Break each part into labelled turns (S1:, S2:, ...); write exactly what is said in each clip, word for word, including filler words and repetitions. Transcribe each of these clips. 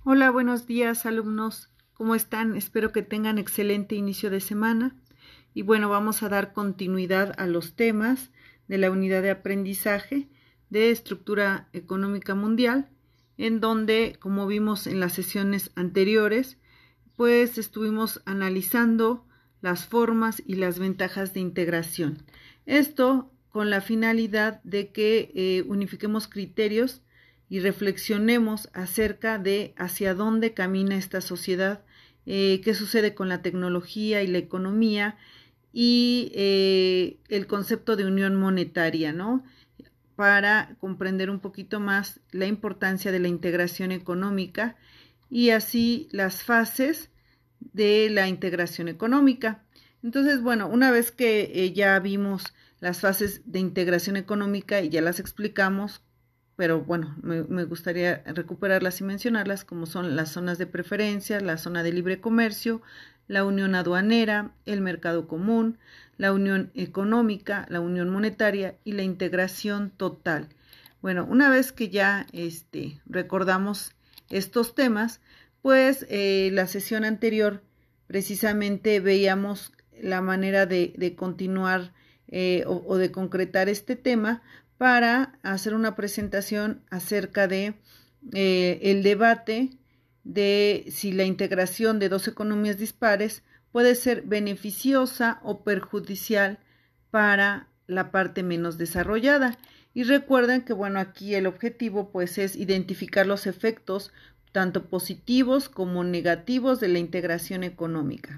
S1: Hola, buenos días, alumnos. ¿Cómo están? Espero que tengan excelente inicio de semana. Y bueno, vamos a dar continuidad a los temas de la unidad de aprendizaje de estructura económica mundial, en donde, como vimos en las sesiones anteriores, pues estuvimos analizando las formas y las ventajas de integración. Esto con la finalidad de que eh, unifiquemos criterios y reflexionemos acerca de hacia dónde camina esta sociedad, eh, qué sucede con la tecnología y la economía y eh, el concepto de unión monetaria, ¿no? Para comprender un poquito más la importancia de la integración económica y así las fases de la integración económica. Entonces, bueno, una vez que eh, ya vimos las fases de integración económica y ya las explicamos, pero bueno, me, me gustaría recuperarlas y mencionarlas, como son las zonas de preferencia, la zona de libre comercio, la unión aduanera, el mercado común, la unión económica, la unión monetaria y la integración total. Bueno, una vez que ya este, recordamos estos temas, pues eh, la sesión anterior precisamente veíamos la manera de, de continuar eh, o, o de concretar este tema para hacer una presentación acerca de eh, el debate de si la integración de dos economías dispares puede ser beneficiosa o perjudicial para la parte menos desarrollada. Y recuerden que, bueno, aquí el objetivo pues es identificar los efectos tanto positivos como negativos de la integración económica.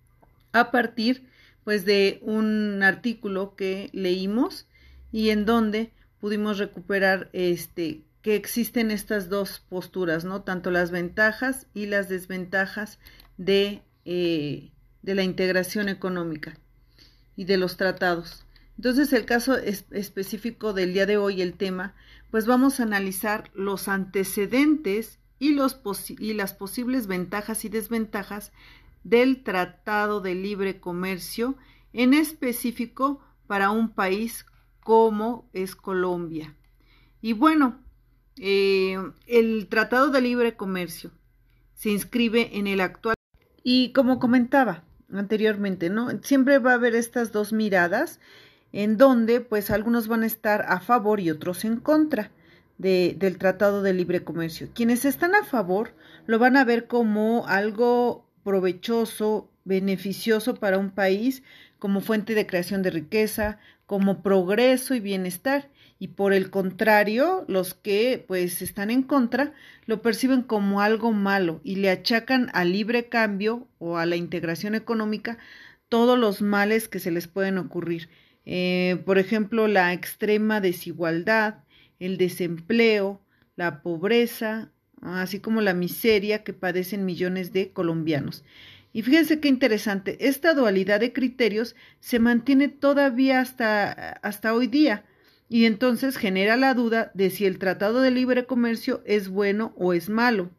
S1: A partir pues de un artículo que leímos y en donde pudimos recuperar este que existen estas dos posturas, ¿no? Tanto las ventajas y las desventajas de, eh, de la integración económica y de los tratados. Entonces, el caso es, específico del día de hoy, el tema, pues vamos a analizar los antecedentes y, los y las posibles ventajas y desventajas del Tratado de Libre Comercio, en específico para un país como es Colombia. Y bueno, eh, el Tratado de Libre Comercio se inscribe en el actual, y como comentaba anteriormente, ¿no? Siempre va a haber estas dos miradas, en donde pues algunos van a estar a favor y otros en contra de, del Tratado de Libre Comercio. Quienes están a favor lo van a ver como algo provechoso, beneficioso para un país, como fuente de creación de riqueza, como progreso y bienestar, y por el contrario, los que pues están en contra lo perciben como algo malo y le achacan al libre cambio o a la integración económica todos los males que se les pueden ocurrir. Eh, por ejemplo, la extrema desigualdad, el desempleo, la pobreza, así como la miseria que padecen millones de colombianos. Y fíjense qué interesante, esta dualidad de criterios se mantiene todavía hasta, hasta hoy día, y entonces genera la duda de si el Tratado de Libre Comercio es bueno o es malo.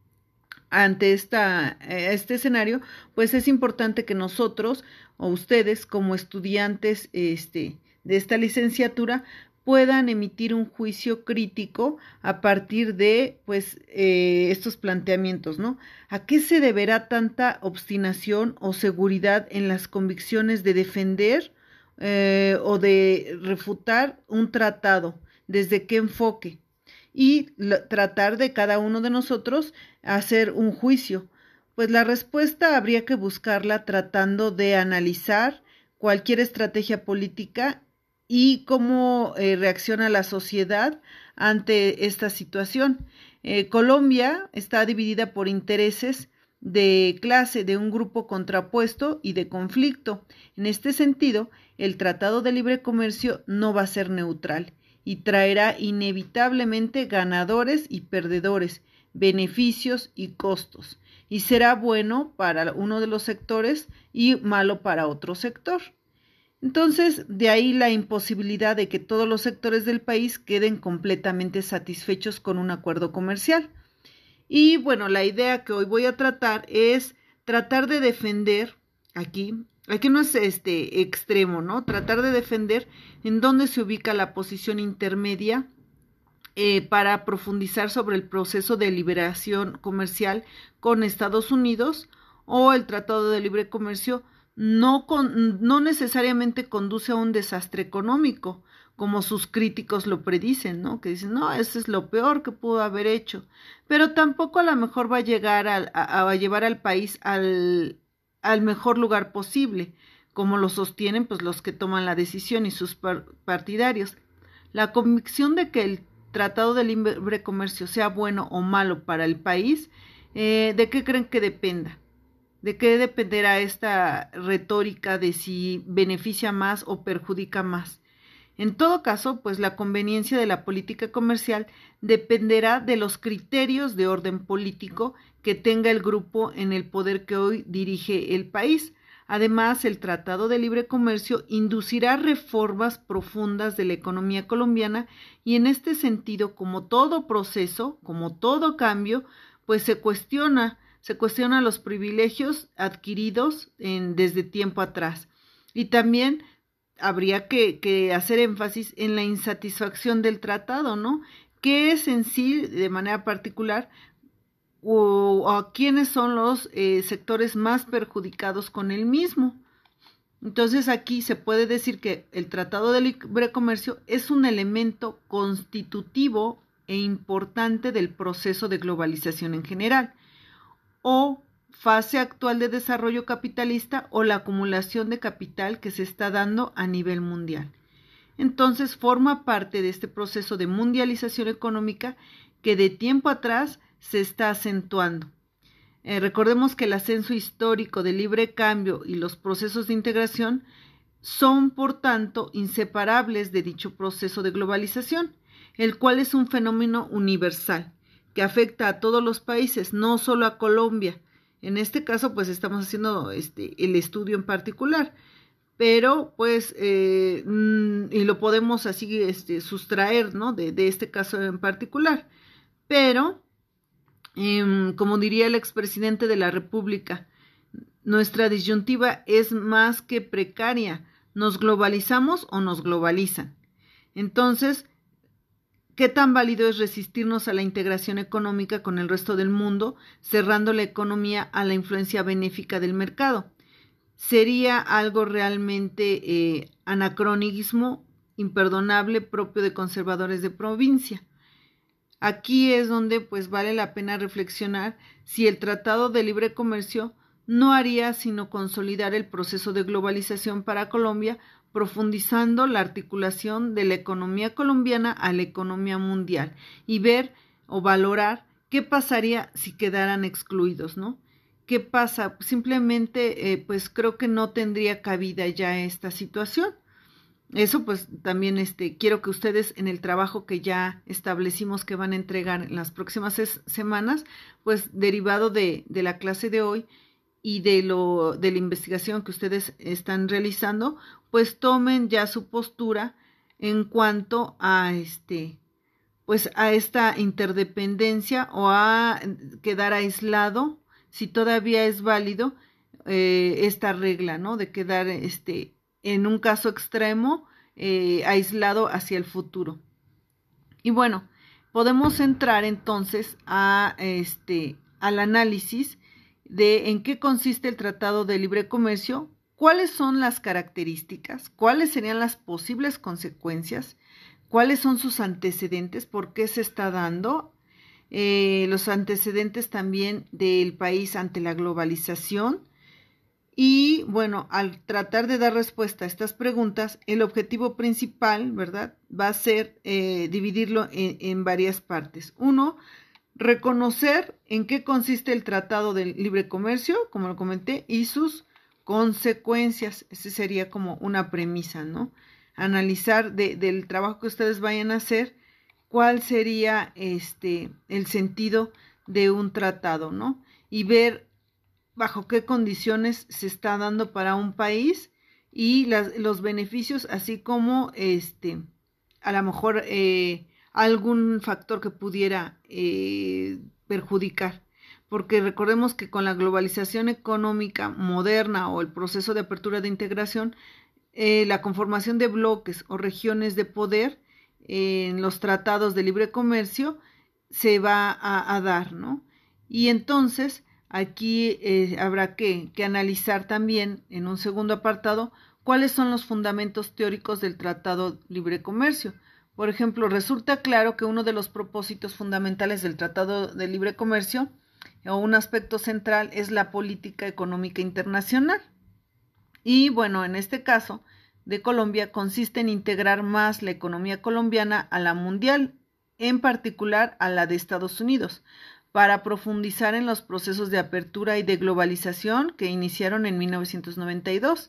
S1: Ante esta, este escenario, pues es importante que nosotros o ustedes como estudiantes este, de esta licenciatura puedan emitir un juicio crítico a partir de pues eh, estos planteamientos, ¿no? ¿A qué se deberá tanta obstinación o seguridad en las convicciones de defender eh, o de refutar un tratado? ¿Desde qué enfoque? Y tratar de cada uno de nosotros hacer un juicio. Pues la respuesta habría que buscarla tratando de analizar cualquier estrategia política y cómo eh, reacciona la sociedad ante esta situación. Eh, Colombia está dividida por intereses de clase, de un grupo contrapuesto y de conflicto. En este sentido, el Tratado de Libre Comercio no va a ser neutral y traerá inevitablemente ganadores y perdedores, beneficios y costos, y será bueno para uno de los sectores y malo para otro sector. Entonces, de ahí la imposibilidad de que todos los sectores del país queden completamente satisfechos con un acuerdo comercial. Y bueno, la idea que hoy voy a tratar es tratar de defender aquí, aquí no es este extremo, ¿no? Tratar de defender en dónde se ubica la posición intermedia eh, para profundizar sobre el proceso de liberación comercial con Estados Unidos, o el Tratado de Libre Comercio no, con, no necesariamente conduce a un desastre económico, como sus críticos lo predicen, ¿no? Que dicen, no, eso es lo peor que pudo haber hecho, pero tampoco a lo mejor va a llegar a, a, a llevar al país al, al mejor lugar posible, como lo sostienen pues los que toman la decisión y sus par partidarios. La convicción de que el Tratado de Libre Comercio sea bueno o malo para el país, eh, ¿de qué creen que dependa? ¿De qué dependerá esta retórica de si beneficia más o perjudica más? En todo caso, pues la conveniencia de la política comercial dependerá de los criterios de orden político que tenga el grupo en el poder que hoy dirige el país. Además, el Tratado de Libre Comercio inducirá reformas profundas de la economía colombiana y en este sentido, como todo proceso, como todo cambio, pues se cuestiona, se cuestiona los privilegios adquiridos en, desde tiempo atrás. Y también habría que, que hacer énfasis en la insatisfacción del tratado, ¿no? ¿Qué es en sí, de manera particular, o, o a quiénes son los eh, sectores más perjudicados con el mismo? Entonces aquí se puede decir que el Tratado de Libre Comercio es un elemento constitutivo e importante del proceso de globalización en general, o fase actual de desarrollo capitalista o la acumulación de capital que se está dando a nivel mundial. Entonces forma parte de este proceso de mundialización económica que de tiempo atrás se está acentuando. Eh, recordemos que el ascenso histórico del libre cambio y los procesos de integración son, por tanto, inseparables de dicho proceso de globalización, el cual es un fenómeno universal que afecta a todos los países, no solo a Colombia. En este caso, pues estamos haciendo este, el estudio en particular, pero pues, eh, y lo podemos así este, sustraer, ¿no? De, de este caso en particular. Pero, eh, como diría el expresidente de la República, nuestra disyuntiva es más que precaria, ¿nos globalizamos o nos globalizan? Entonces, ¿qué tan válido es resistirnos a la integración económica con el resto del mundo, cerrando la economía a la influencia benéfica del mercado? Sería algo realmente eh, anacronismo, imperdonable, propio de conservadores de provincia. Aquí es donde pues vale la pena reflexionar si el Tratado de Libre Comercio no haría sino consolidar el proceso de globalización para Colombia, profundizando la articulación de la economía colombiana a la economía mundial y ver o valorar qué pasaría si quedaran excluidos, ¿no? ¿Qué pasa? Simplemente, eh, pues creo que no tendría cabida ya esta situación. Eso pues también este, quiero que ustedes en el trabajo que ya establecimos que van a entregar en las próximas semanas, pues derivado de, de la clase de hoy y de, lo, de la investigación que ustedes están realizando, pues tomen ya su postura en cuanto a este, pues a esta interdependencia o a quedar aislado, si todavía es válido eh, esta regla, ¿no? De quedar este en un caso extremo, eh, aislado hacia el futuro. Y bueno, podemos entrar entonces a este, al análisis de en qué consiste el Tratado de Libre Comercio, cuáles son las características, cuáles serían las posibles consecuencias, cuáles son sus antecedentes, por qué se está dando, eh, los antecedentes también del país ante la globalización. Y bueno, al tratar de dar respuesta a estas preguntas, el objetivo principal, ¿verdad?, va a ser eh, dividirlo en, en varias partes. Uno, reconocer en qué consiste el Tratado de Libre Comercio, como lo comenté, y sus consecuencias. Esa sería como una premisa, ¿no? Analizar de, del trabajo que ustedes vayan a hacer, cuál sería este, el sentido de un tratado, ¿no? Y ver bajo qué condiciones se está dando para un país y las, los beneficios, así como este, a lo mejor eh, algún factor que pudiera eh, perjudicar. Porque recordemos que con la globalización económica moderna o el proceso de apertura de integración, eh, la conformación de bloques o regiones de poder en los tratados de libre comercio se va a, a dar, ¿no? Y entonces aquí eh, habrá que, que analizar también en un segundo apartado cuáles son los fundamentos teóricos del Tratado de Libre Comercio. Por ejemplo, resulta claro que uno de los propósitos fundamentales del Tratado de Libre Comercio, o un aspecto central, es la política económica internacional. Y bueno, en este caso de Colombia consiste en integrar más la economía colombiana a la mundial, en particular a la de Estados Unidos, para profundizar en los procesos de apertura y de globalización que iniciaron en mil novecientos noventa y dos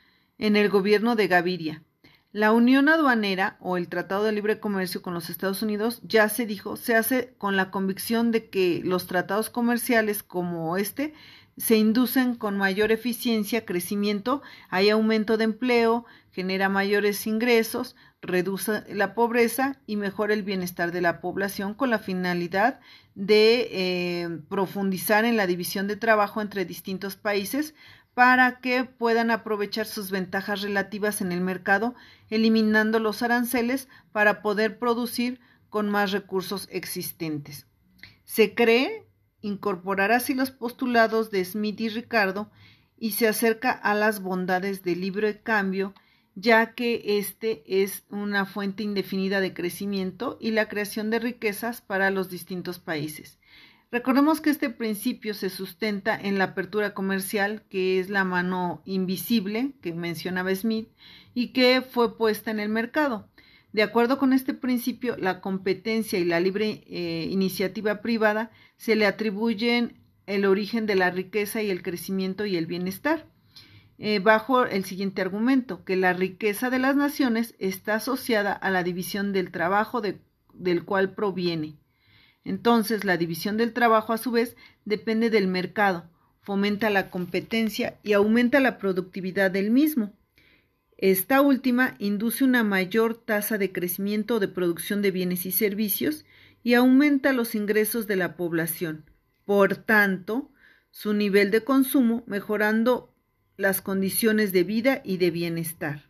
S1: en el gobierno de Gaviria. La unión aduanera o el Tratado de Libre Comercio con los Estados Unidos, ya se dijo, se hace con la convicción de que los tratados comerciales como este se inducen con mayor eficiencia, crecimiento, hay aumento de empleo, genera mayores ingresos, reduce la pobreza y mejora el bienestar de la población, con la finalidad de eh, profundizar en la división de trabajo entre distintos países para que puedan aprovechar sus ventajas relativas en el mercado, eliminando los aranceles para poder producir con más recursos existentes. Se cree incorporar así los postulados de Smith y Ricardo y se acerca a las bondades del libre cambio, ya que este es una fuente indefinida de crecimiento y la creación de riquezas para los distintos países. Recordemos que este principio se sustenta en la apertura comercial, que es la mano invisible que mencionaba Smith y que fue puesta en el mercado. De acuerdo con este principio, la competencia y la libre eh, iniciativa privada se le atribuyen el origen de la riqueza y el crecimiento y el bienestar, eh, bajo el siguiente argumento, que la riqueza de las naciones está asociada a la división del trabajo de, del cual proviene. Entonces, la división del trabajo, a su vez, depende del mercado, fomenta la competencia y aumenta la productividad del mismo. Esta última induce una mayor tasa de crecimiento o de producción de bienes y servicios y aumenta los ingresos de la población. Por tanto, su nivel de consumo, mejorando las condiciones de vida y de bienestar.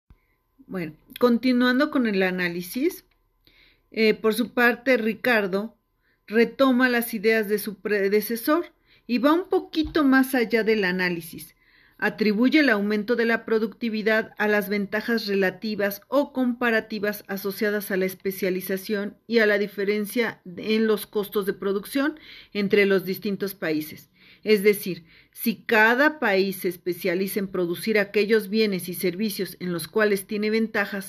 S1: Bueno, continuando con el análisis, eh, por su parte, Ricardo retoma las ideas de su predecesor y va un poquito más allá del análisis. Atribuye el aumento de la productividad a las ventajas relativas o comparativas asociadas a la especialización y a la diferencia en los costos de producción entre los distintos países. Es decir, si cada país se especializa en producir aquellos bienes y servicios en los cuales tiene ventajas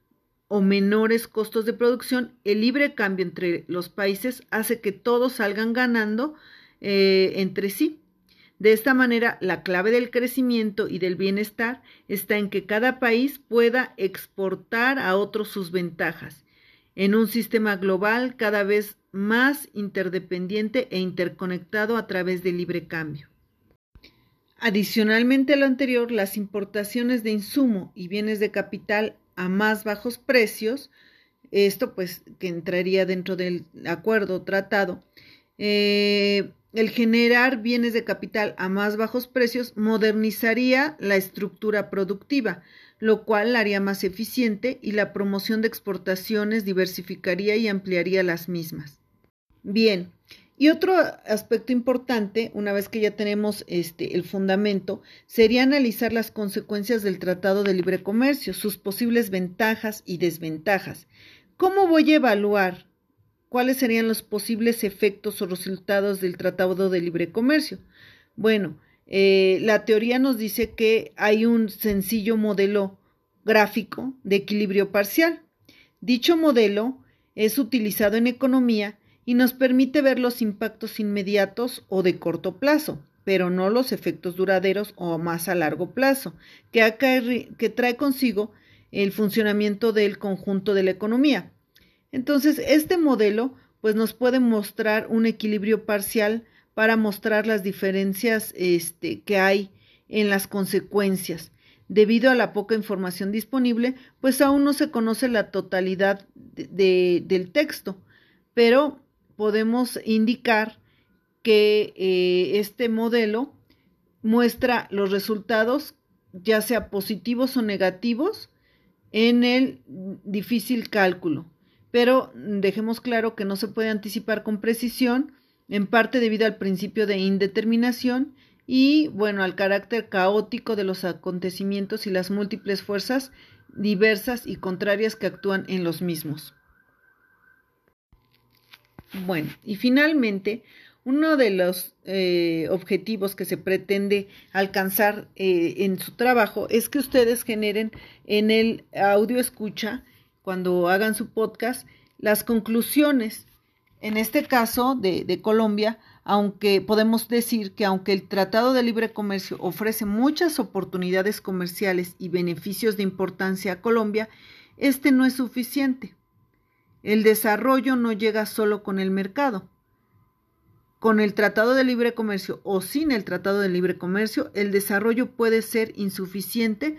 S1: o menores costos de producción, el libre cambio entre los países hace que todos salgan ganando eh, entre sí. De esta manera, la clave del crecimiento y del bienestar está en que cada país pueda exportar a otros sus ventajas, en un sistema global cada vez más interdependiente e interconectado a través del libre cambio. Adicionalmente a lo anterior, las importaciones de insumo y bienes de capital a más bajos precios, esto pues que entraría dentro del acuerdo o tratado, eh, el generar bienes de capital a más bajos precios modernizaría la estructura productiva, lo cual la haría más eficiente y la promoción de exportaciones diversificaría y ampliaría las mismas. Bien, y otro aspecto importante, una vez que ya tenemos este, el fundamento, sería analizar las consecuencias del Tratado de Libre Comercio, sus posibles ventajas y desventajas. ¿Cómo voy a evaluar cuáles serían los posibles efectos o resultados del Tratado de Libre Comercio? Bueno, eh, la teoría nos dice que hay un sencillo modelo gráfico de equilibrio parcial. Dicho modelo es utilizado en economía y nos permite ver los impactos inmediatos o de corto plazo, pero no los efectos duraderos o más a largo plazo, que, que trae consigo el funcionamiento del conjunto de la economía. Entonces, este modelo pues, nos puede mostrar un equilibrio parcial para mostrar las diferencias este, que hay en las consecuencias. Debido a la poca información disponible, pues aún no se conoce la totalidad de, de, del texto, pero podemos indicar que eh, este modelo muestra los resultados, ya sea positivos o negativos, en el difícil cálculo, pero dejemos claro que no se puede anticipar con precisión, en parte debido al principio de indeterminación y, bueno, al carácter caótico de los acontecimientos y las múltiples fuerzas diversas y contrarias que actúan en los mismos. Bueno, y finalmente, uno de los eh, objetivos que se pretende alcanzar eh, en su trabajo es que ustedes generen en el audio escucha, cuando hagan su podcast, las conclusiones. En este caso de, de Colombia, aunque podemos decir que aunque el Tratado de Libre Comercio ofrece muchas oportunidades comerciales y beneficios de importancia a Colombia, este no es suficiente. El desarrollo no llega solo con el mercado. Con el Tratado de Libre Comercio o sin el Tratado de Libre Comercio, el desarrollo puede ser insuficiente,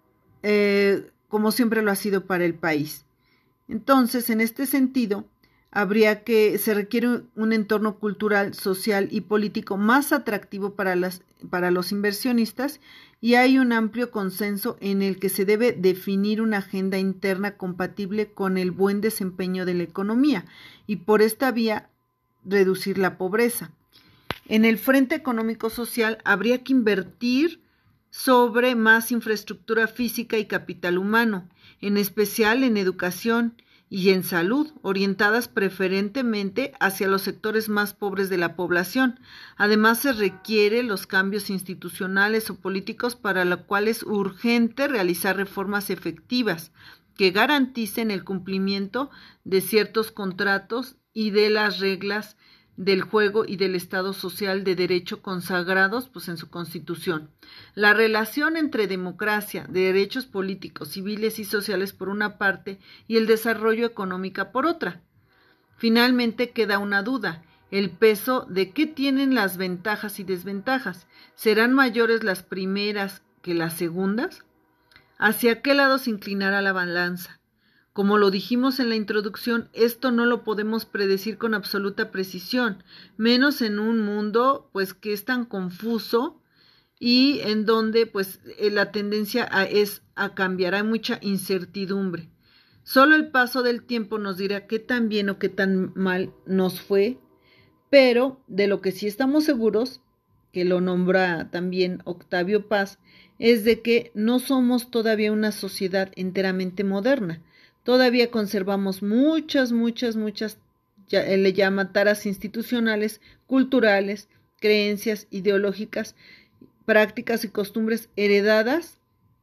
S1: eh, como siempre lo ha sido para el país. Entonces, en este sentido, habría que, se requiere un entorno cultural, social y político más atractivo para, las, para los inversionistas, y hay un amplio consenso en el que se debe definir una agenda interna compatible con el buen desempeño de la economía y por esta vía reducir la pobreza. En el frente económico-social habría que invertir sobre más infraestructura física y capital humano, en especial en educación y en salud, orientadas preferentemente hacia los sectores más pobres de la población. Además, se requiere los cambios institucionales o políticos para lo cual es urgente realizar reformas efectivas que garanticen el cumplimiento de ciertos contratos y de las reglas del juego y del Estado social de derecho consagrados pues, en su Constitución. La relación entre democracia, derechos políticos, civiles y sociales por una parte y el desarrollo económico por otra. Finalmente queda una duda, el peso de qué tienen las ventajas y desventajas. ¿Serán mayores las primeras que las segundas? ¿Hacia qué lado se inclinará la balanza? Como lo dijimos en la introducción, esto no lo podemos predecir con absoluta precisión, menos en un mundo pues que es tan confuso y en donde pues la tendencia a, es a cambiar, hay mucha incertidumbre. Solo el paso del tiempo nos dirá qué tan bien o qué tan mal nos fue, pero de lo que sí estamos seguros, que lo nombra también Octavio Paz, es de que no somos todavía una sociedad enteramente moderna. Todavía conservamos muchas, muchas, muchas, ya, le llama taras institucionales, culturales, creencias ideológicas, prácticas y costumbres heredadas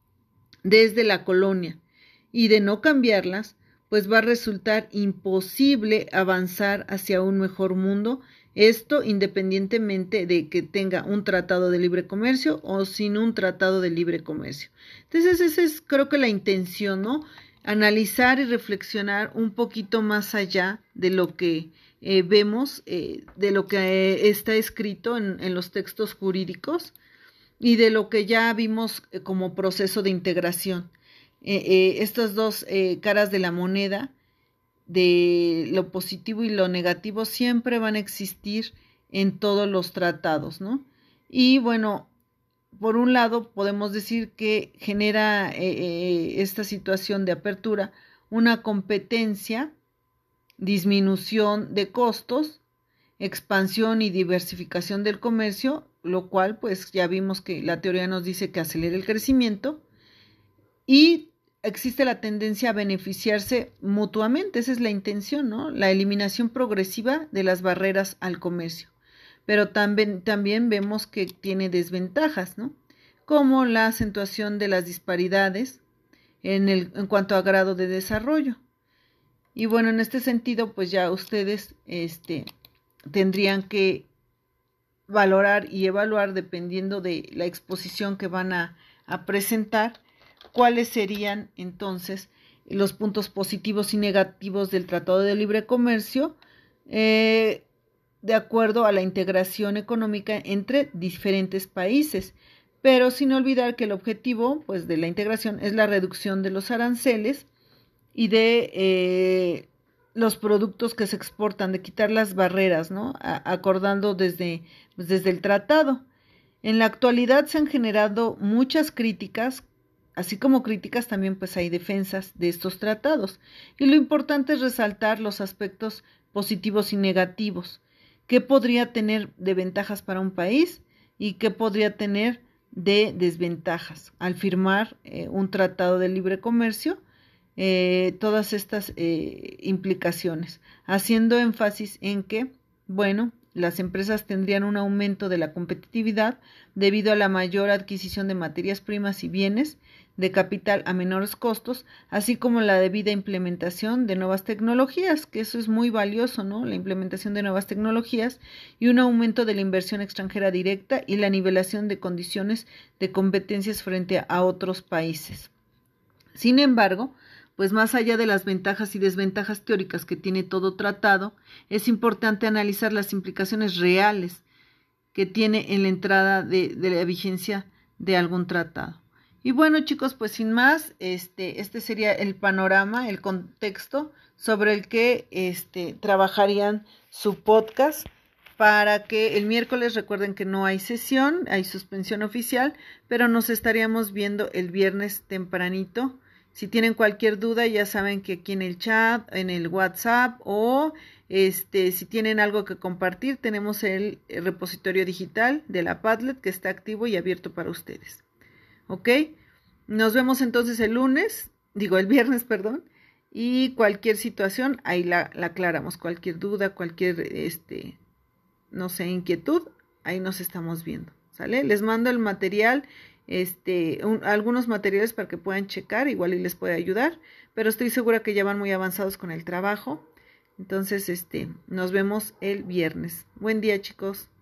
S1: desde la colonia. Y de no cambiarlas, pues va a resultar imposible avanzar hacia un mejor mundo, esto independientemente de que tenga un tratado de libre comercio o sin un tratado de libre comercio. Entonces esa es creo que la intención, ¿no? Analizar y reflexionar un poquito más allá de lo que eh, vemos, eh, de lo que eh, está escrito en, en los textos jurídicos y de lo que ya vimos eh, como proceso de integración. Eh, eh, estas dos eh, caras de la moneda, de lo positivo y lo negativo, siempre van a existir en todos los tratados, ¿no? Y bueno, por un lado, podemos decir que genera eh, esta situación de apertura una competencia, disminución de costos, expansión y diversificación del comercio, lo cual pues ya vimos que la teoría nos dice que acelera el crecimiento y existe la tendencia a beneficiarse mutuamente, esa es la intención, ¿no? La eliminación progresiva de las barreras al comercio. Pero también, también vemos que tiene desventajas, ¿no? Como la acentuación de las disparidades en, el, en cuanto a grado de desarrollo. Y bueno, en este sentido, pues ya ustedes este, tendrían que valorar y evaluar, dependiendo de la exposición que van a, a presentar, cuáles serían entonces los puntos positivos y negativos del Tratado de Libre Comercio, eh, de acuerdo a la integración económica entre diferentes países, pero sin olvidar que el objetivo pues, de la integración es la reducción de los aranceles y de eh, los productos que se exportan, de quitar las barreras, ¿no? A- acordando desde, pues, desde el tratado. En la actualidad se han generado muchas críticas así como críticas, también pues hay defensas de estos tratados. Y lo importante es resaltar los aspectos positivos y negativos. ¿Qué podría tener de ventajas para un país y qué podría tener de desventajas al firmar eh, un tratado de libre comercio? Eh, todas estas eh, implicaciones, haciendo énfasis en que, bueno, las empresas tendrían un aumento de la competitividad debido a la mayor adquisición de materias primas y bienes de capital a menores costos, así como la debida implementación de nuevas tecnologías, que eso es muy valioso, ¿no? La implementación de nuevas tecnologías y un aumento de la inversión extranjera directa y la nivelación de condiciones de competencias frente a otros países. Sin embargo, pues más allá de las ventajas y desventajas teóricas que tiene todo tratado, es importante analizar las implicaciones reales que tiene en la entrada de, de la vigencia de algún tratado. Y bueno, chicos, pues sin más, este, este sería el panorama, el contexto sobre el que este, trabajarían su podcast para que el miércoles, recuerden que no hay sesión, hay suspensión oficial, pero nos estaríamos viendo el viernes tempranito. Si tienen cualquier duda, ya saben que aquí en el chat, en el WhatsApp o este, si tienen algo que compartir, tenemos el repositorio digital de la Padlet que está activo y abierto para ustedes. ¿Ok? Nos vemos entonces el lunes, digo el viernes, perdón, y cualquier situación, ahí la, la aclaramos, cualquier duda, cualquier, este, no sé, inquietud, ahí nos estamos viendo, ¿sale? Les mando el material. Este, un, algunos materiales para que puedan checar, igual y les puede ayudar, pero estoy segura que ya van muy avanzados con el trabajo. Entonces, este, nos vemos el viernes. Buen día, chicos.